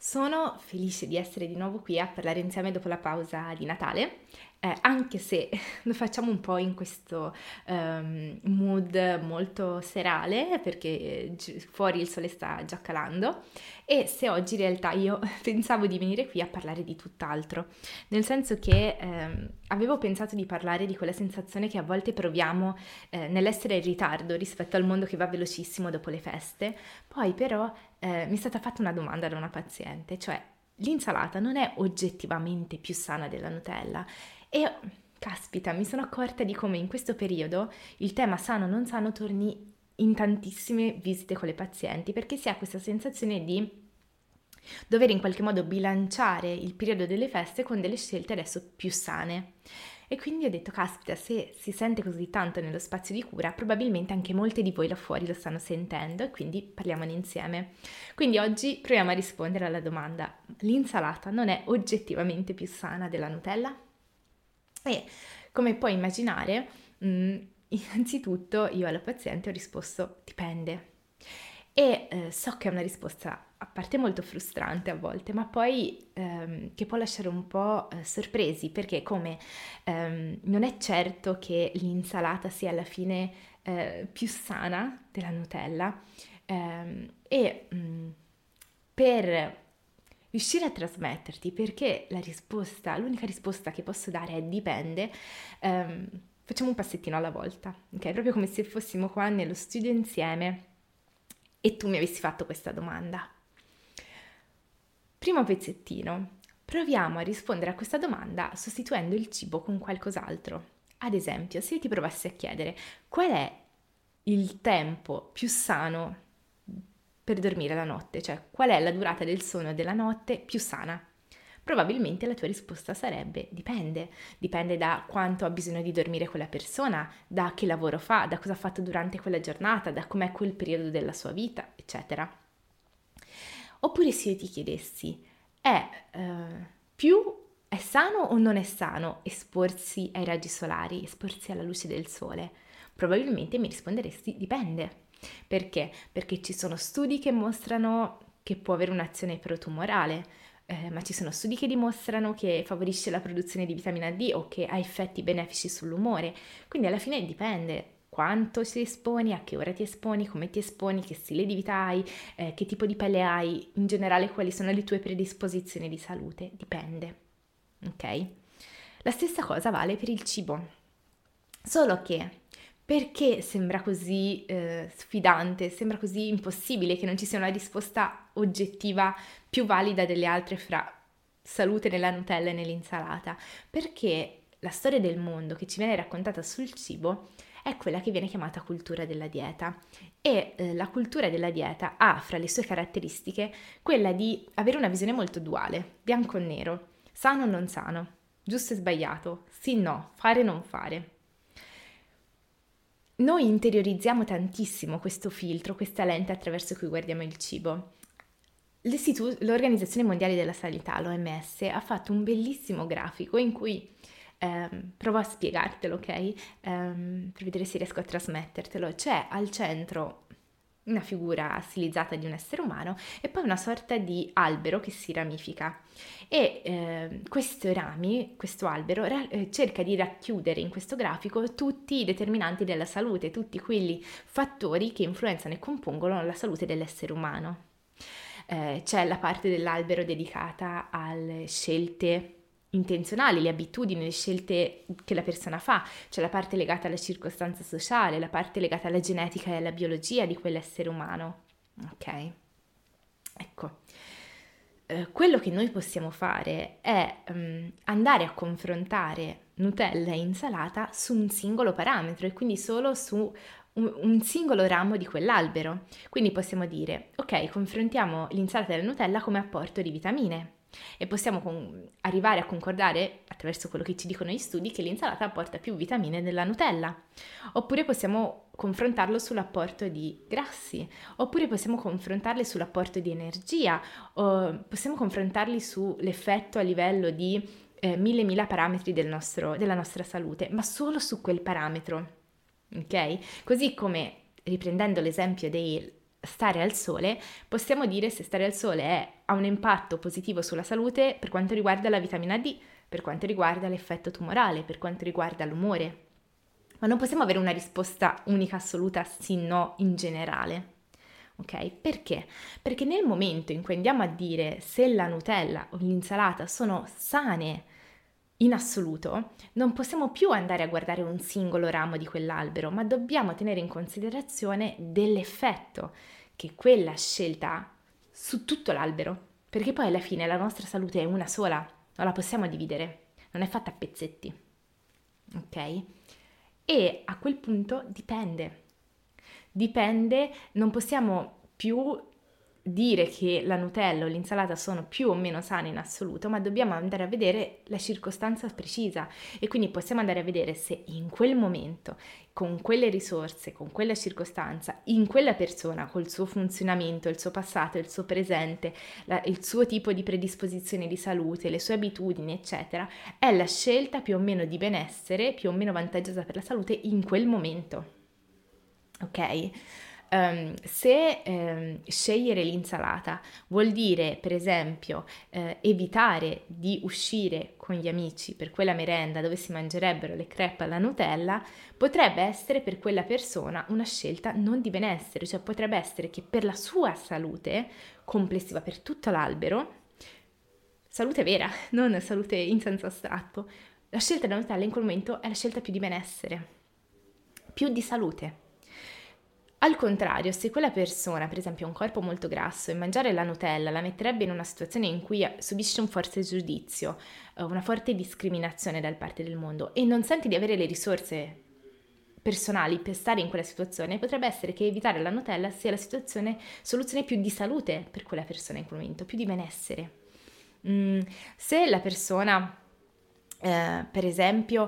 Sono felice di essere di nuovo qui a parlare insieme dopo la pausa di Natale, anche se lo facciamo un po' in questo mood molto serale, perché fuori il sole sta già calando, e se oggi in realtà io pensavo di venire qui a parlare di tutt'altro, nel senso che avevo pensato di parlare di quella sensazione che a volte proviamo nell'essere in ritardo rispetto al mondo che va velocissimo dopo le feste, poi però mi è stata fatta una domanda da una paziente, cioè l'insalata non è oggettivamente più sana della Nutella? E caspita, mi sono accorta di come in questo periodo il tema sano o non sano torni in tantissime visite con le pazienti, perché si ha questa sensazione di dover in qualche modo bilanciare il periodo delle feste con delle scelte adesso più sane. E quindi ho detto, caspita, se si sente così tanto nello spazio di cura, probabilmente anche molte di voi là fuori lo stanno sentendo e quindi parliamone insieme. Quindi oggi proviamo a rispondere alla domanda: l'insalata non è oggettivamente più sana della Nutella? E come puoi immaginare, innanzitutto io alla paziente ho risposto dipende. E so che è una risposta a parte molto frustrante a volte, ma poi che può lasciare un po' sorpresi, perché come non è certo che l'insalata sia alla fine più sana della Nutella, e per riuscire a trasmetterti, perché l'unica risposta che posso dare è dipende, facciamo un passettino alla volta, ok? Proprio come se fossimo qua nello studio insieme e tu mi avessi fatto questa domanda. Primo pezzettino, proviamo a rispondere a questa domanda sostituendo il cibo con qualcos'altro. Ad esempio, se io ti provassi a chiedere qual è il tempo più sano per dormire la notte, cioè qual è la durata del sonno della notte più sana, probabilmente la tua risposta sarebbe dipende da quanto ha bisogno di dormire quella persona, da che lavoro fa, da cosa ha fatto durante quella giornata, da com'è quel periodo della sua vita, eccetera. Oppure se io ti chiedessi, è sano o non è sano esporsi ai raggi solari, esporsi alla luce del sole? Probabilmente mi risponderesti dipende. Perché? Perché ci sono studi che mostrano che può avere un'azione protumorale, ma ci sono studi che dimostrano che favorisce la produzione di vitamina D o che ha effetti benefici sull'umore. Quindi alla fine dipende quanto ti esponi, a che ora ti esponi, come ti esponi, che stile di vita hai, che tipo di pelle hai, in generale quali sono le tue predisposizioni di salute. Dipende, ok? La stessa cosa vale per il cibo, solo che perché sembra così sfidante, sembra così impossibile che non ci sia una risposta oggettiva più valida delle altre fra salute nella Nutella e nell'insalata? Perché la storia del mondo che ci viene raccontata sul cibo è quella che viene chiamata cultura della dieta e la cultura della dieta ha fra le sue caratteristiche quella di avere una visione molto duale, bianco o nero, sano o non sano, giusto e sbagliato, sì o no, fare o non fare. Noi interiorizziamo tantissimo questo filtro, questa lente attraverso cui guardiamo il cibo. L'Organizzazione Mondiale della Sanità, l'OMS, ha fatto un bellissimo grafico in cui provo a spiegartelo, ok? Per vedere se riesco a trasmettertelo. C'è al centro una figura stilizzata di un essere umano e poi una sorta di albero che si ramifica e questo albero cerca di racchiudere in questo grafico tutti i determinanti della salute, tutti quelli fattori che influenzano e compongono la salute dell'essere umano. C'è la parte dell'albero dedicata alle scelte intenzionali, le abitudini, le scelte che la persona fa, c'è la parte legata alla circostanza sociale, la parte legata alla genetica e alla biologia di quell'essere umano. Ok? Ecco, quello che noi possiamo fare è andare a confrontare Nutella e insalata su un singolo parametro e quindi solo su un singolo ramo di quell'albero. Quindi possiamo dire, ok, confrontiamo l'insalata e la Nutella come apporto di vitamine e possiamo arrivare a concordare, attraverso quello che ci dicono gli studi, che l'insalata apporta più vitamine della Nutella. Oppure possiamo confrontarlo sull'apporto di grassi, oppure possiamo confrontarli sull'apporto di energia, o possiamo confrontarli sull'effetto a livello di mille parametri della nostra salute, ma solo su quel parametro, ok? Così come, riprendendo l'esempio del stare al sole, possiamo dire se stare al sole è ha un impatto positivo sulla salute per quanto riguarda la vitamina D, per quanto riguarda l'effetto tumorale, per quanto riguarda l'umore. Ma non possiamo avere una risposta unica, assoluta, sì, no, in generale. Ok? Perché? Perché nel momento in cui andiamo a dire se la Nutella o l'insalata sono sane in assoluto, non possiamo più andare a guardare un singolo ramo di quell'albero, ma dobbiamo tenere in considerazione dell'effetto che quella scelta ha su tutto l'albero, perché poi alla fine la nostra salute è una sola, non la possiamo dividere, non è fatta a pezzetti, ok? E a quel punto dipende, non possiamo più dire che la Nutella o l'insalata sono più o meno sane in assoluto, ma dobbiamo andare a vedere la circostanza precisa e quindi possiamo andare a vedere se in quel momento, con quelle risorse, con quella circostanza, in quella persona, col suo funzionamento, il suo passato, il suo presente, il suo tipo di predisposizione di salute, le sue abitudini, eccetera, è la scelta più o meno di benessere, più o meno vantaggiosa per la salute in quel momento. Ok? Se scegliere l'insalata vuol dire, per esempio, evitare di uscire con gli amici per quella merenda dove si mangerebbero le crepe alla Nutella, potrebbe essere per quella persona una scelta non di benessere, cioè potrebbe essere che per la sua salute complessiva, per tutto l'albero, salute vera, non salute in senso astratto, la scelta della Nutella in quel momento è la scelta più di benessere, più di salute. Al contrario, se quella persona, per esempio, ha un corpo molto grasso e mangiare la Nutella la metterebbe in una situazione in cui subisce un forte giudizio, una forte discriminazione da parte del mondo e non sente di avere le risorse personali per stare in quella situazione, potrebbe essere che evitare la Nutella sia la soluzione più di salute per quella persona in quel momento, più di benessere. Se la persona, per esempio,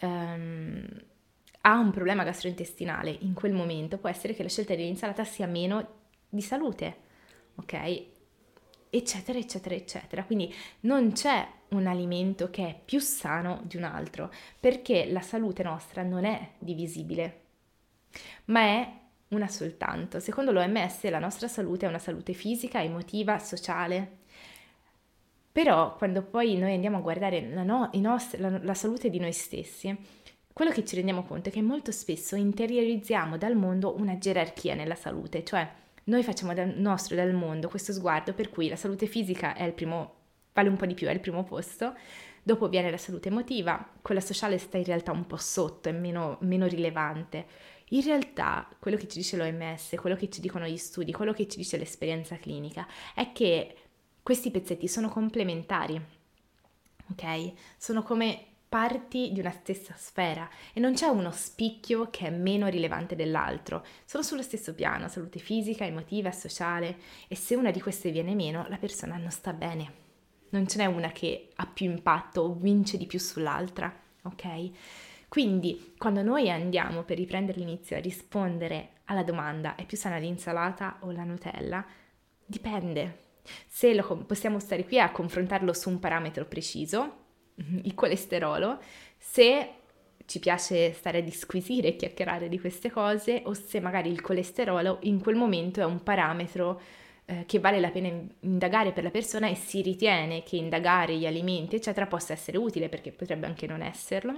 ha un problema gastrointestinale in quel momento, può essere che la scelta dell'insalata sia meno di salute, ok? Eccetera, eccetera, eccetera. Quindi non c'è un alimento che è più sano di un altro, perché la salute nostra non è divisibile, ma è una soltanto. Secondo l'OMS la nostra salute è una salute fisica, emotiva, sociale. Però quando poi noi andiamo a guardare la salute di noi stessi, quello che ci rendiamo conto è che molto spesso interiorizziamo dal mondo una gerarchia nella salute, cioè noi facciamo dal mondo questo sguardo per cui la salute fisica è il primo, vale un po' di più, è il primo posto, dopo viene la salute emotiva, quella sociale sta in realtà un po' sotto, è meno rilevante. In realtà quello che ci dice l'OMS, quello che ci dicono gli studi, quello che ci dice l'esperienza clinica è che questi pezzetti sono complementari, ok? Sono come parti di una stessa sfera e non c'è uno spicchio che è meno rilevante dell'altro, sono sullo stesso piano, salute fisica, emotiva, sociale, e se una di queste viene meno, la persona non sta bene. Non ce n'è una che ha più impatto o vince di più sull'altra, ok? Quindi quando noi andiamo per riprendere l'inizio a rispondere alla domanda è più sana l'insalata o la Nutella, dipende. Se possiamo stare qui a confrontarlo su un parametro preciso, il colesterolo, se ci piace stare a disquisire e chiacchierare di queste cose o se magari il colesterolo in quel momento è un parametro che vale la pena indagare per la persona e si ritiene che indagare gli alimenti eccetera possa essere utile perché potrebbe anche non esserlo.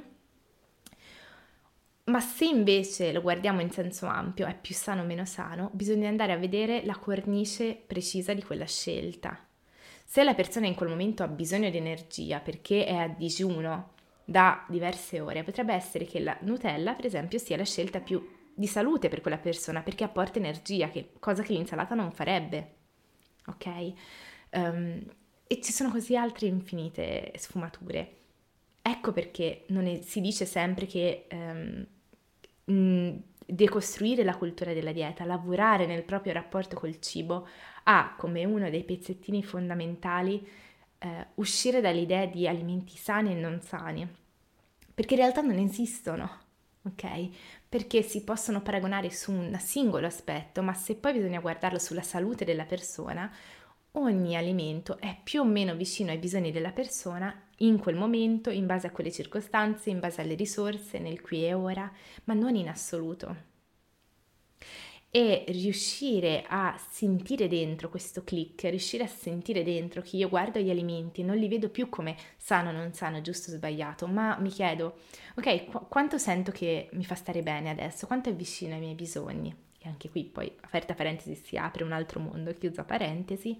Ma se invece lo guardiamo in senso ampio, è più sano o meno sano, bisogna andare a vedere la cornice precisa di quella scelta. Se la persona in quel momento ha bisogno di energia perché è a digiuno da diverse ore, potrebbe essere che la Nutella, per esempio, sia la scelta più di salute per quella persona perché apporta energia, cosa che l'insalata non farebbe. Ok? E ci sono così altre infinite sfumature. Ecco perché si dice sempre che decostruire la cultura della dieta, lavorare nel proprio rapporto col cibo, ha come uno dei pezzettini fondamentali uscire dall'idea di alimenti sani e non sani, perché in realtà non esistono, ok? Perché si possono paragonare su un singolo aspetto, ma se poi bisogna guardarlo sulla salute della persona, ogni alimento è più o meno vicino ai bisogni della persona in quel momento, in base a quelle circostanze, in base alle risorse, nel qui e ora, ma non in assoluto. e riuscire a sentire dentro questo click, riuscire a sentire dentro che io guardo gli alimenti, non li vedo più come sano, non sano, giusto o sbagliato, ma mi chiedo, ok, quanto sento che mi fa stare bene adesso, quanto è vicino ai miei bisogni? E anche qui poi, aperta parentesi, si apre un altro mondo, chiusa parentesi,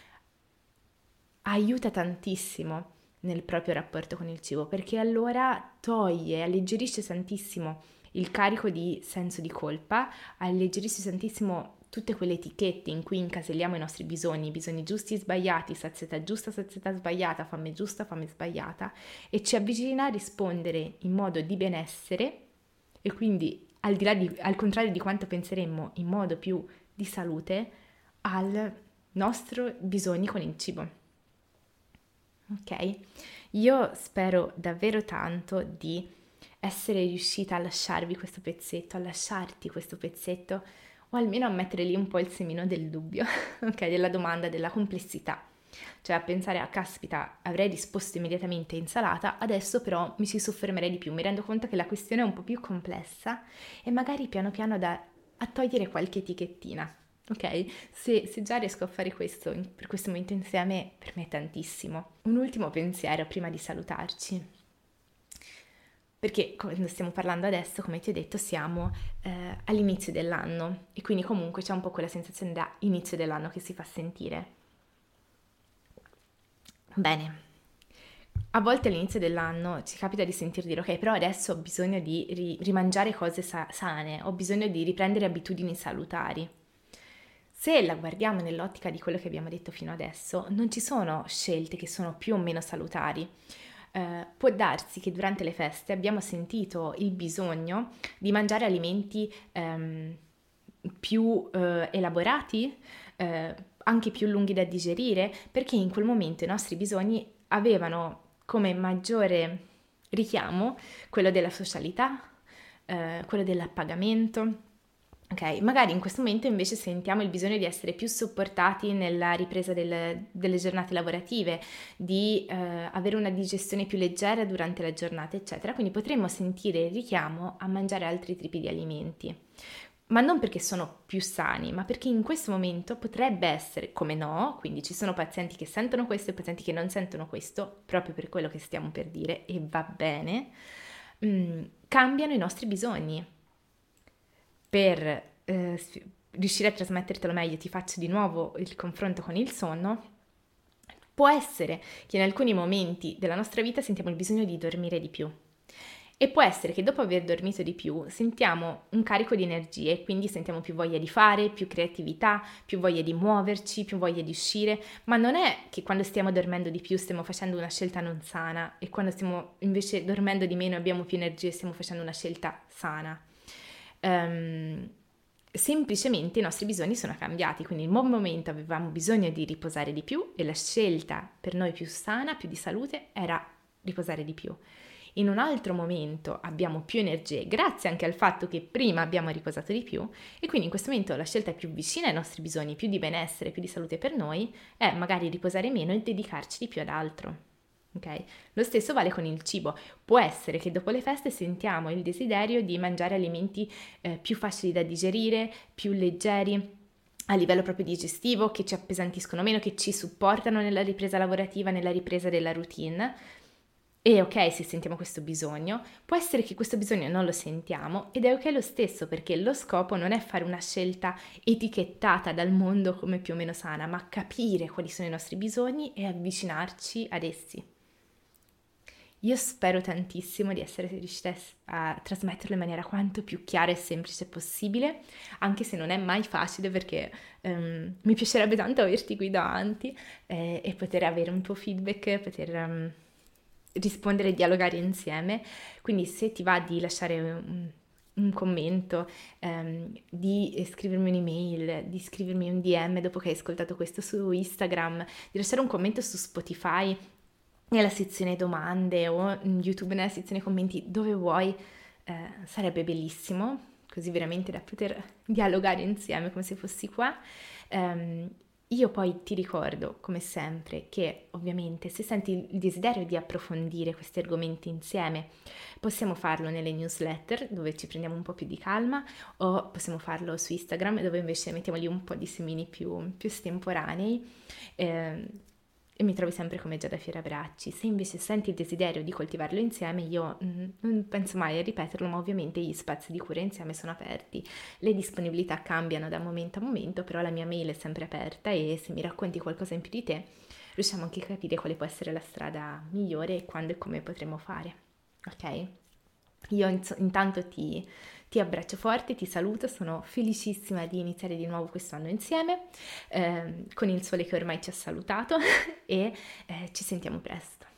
aiuta tantissimo nel proprio rapporto con il cibo, perché allora toglie, alleggerisce tantissimo il carico di senso di colpa, alleggerisce tantissimo tutte quelle etichette in cui incaselliamo i nostri bisogni giusti e sbagliati, sazietà giusta, sazietà sbagliata, fame giusta, fame sbagliata, e ci avvicina a rispondere in modo di benessere e quindi al contrario di quanto penseremmo, in modo più di salute, al nostro bisogno con il cibo. Ok? Io spero davvero tanto di essere riuscita a lasciarvi questo pezzetto, a lasciarti questo pezzetto, o almeno a mettere lì un po' il semino del dubbio, ok? Della domanda, della complessità. Cioè a pensare, caspita, avrei risposto immediatamente insalata, adesso però mi ci soffermerei di più, mi rendo conto che la questione è un po' più complessa e magari piano piano a togliere qualche etichettina. Ok? Se già riesco a fare questo per questo momento insieme, per me è tantissimo. Un ultimo pensiero prima di salutarci. Perché quando stiamo parlando adesso, come ti ho detto, siamo all'inizio dell'anno e quindi comunque c'è un po' quella sensazione da inizio dell'anno che si fa sentire. Bene, a volte all'inizio dell'anno ci capita di sentir dire ok, però adesso ho bisogno di rimangiare cose sane, ho bisogno di riprendere abitudini salutari. Se la guardiamo nell'ottica di quello che abbiamo detto fino adesso, non ci sono scelte che sono più o meno salutari. Può darsi che durante le feste abbiamo sentito il bisogno di mangiare alimenti più elaborati, anche più lunghi da digerire, perché in quel momento i nostri bisogni avevano come maggiore richiamo quello della socialità, quello dell'appagamento. Ok, magari in questo momento invece sentiamo il bisogno di essere più supportati nella ripresa delle giornate lavorative, di avere una digestione più leggera durante la giornata, eccetera. Quindi potremmo sentire il richiamo a mangiare altri tipi di alimenti. Ma non perché sono più sani, ma perché in questo momento potrebbe essere, come no, quindi ci sono pazienti che sentono questo e pazienti che non sentono questo, proprio per quello che stiamo per dire, e va bene, cambiano i nostri bisogni per riuscire a trasmettertelo meglio, ti faccio di nuovo il confronto con il sonno. Può essere che in alcuni momenti della nostra vita sentiamo il bisogno di dormire di più. E può essere che dopo aver dormito di più sentiamo un carico di energie, quindi sentiamo più voglia di fare, più creatività, più voglia di muoverci, più voglia di uscire, ma non è che quando stiamo dormendo di più stiamo facendo una scelta non sana e quando stiamo invece dormendo di meno e abbiamo più energie stiamo facendo una scelta sana. Semplicemente i nostri bisogni sono cambiati, quindi in un momento avevamo bisogno di riposare di più e la scelta per noi più sana, più di salute era riposare di più. In un altro momento abbiamo più energie grazie anche al fatto che prima abbiamo riposato di più e quindi in questo momento la scelta più vicina ai nostri bisogni, più di benessere, più di salute per noi, è magari riposare meno e dedicarci di più ad altro. Okay? Lo stesso vale con il cibo. Può essere che dopo le feste sentiamo il desiderio di mangiare alimenti più facili da digerire, più leggeri a livello proprio digestivo, che ci appesantiscono meno, che ci supportano nella ripresa lavorativa, nella ripresa della routine. E ok se sentiamo questo bisogno, può essere che questo bisogno non lo sentiamo ed è ok lo stesso perché lo scopo non è fare una scelta etichettata dal mondo come più o meno sana, ma capire quali sono i nostri bisogni e avvicinarci ad essi. Io spero tantissimo di essere riuscita a trasmetterlo in maniera quanto più chiara e semplice possibile, anche se non è mai facile perché mi piacerebbe tanto averti qui davanti e poter avere un tuo feedback, poter rispondere e dialogare insieme. Quindi se ti va di lasciare un commento, di scrivermi un'email, di scrivermi un DM dopo che hai ascoltato questo su Instagram, di lasciare un commento su Spotify nella sezione domande o YouTube nella sezione commenti, dove vuoi, sarebbe bellissimo, così veramente da poter dialogare insieme come se fossi qua. Io poi ti ricordo, come sempre, che ovviamente se senti il desiderio di approfondire questi argomenti insieme, possiamo farlo nelle newsletter dove ci prendiamo un po' più di calma o possiamo farlo su Instagram dove invece mettiamo lì un po' di semini più estemporanei. eh, e mi trovi sempre come Giada Fiorabracci. Se invece senti il desiderio di coltivarlo insieme, io non penso mai a ripeterlo, ma ovviamente gli spazi di cura insieme sono aperti. Le disponibilità cambiano da momento a momento, però la mia mail è sempre aperta e se mi racconti qualcosa in più di te, riusciamo anche a capire quale può essere la strada migliore e quando e come potremo fare. Ok? Io intanto ti abbraccio forte, ti saluto, sono felicissima di iniziare di nuovo quest'anno insieme, con il sole che ormai ci ha salutato e ci sentiamo presto.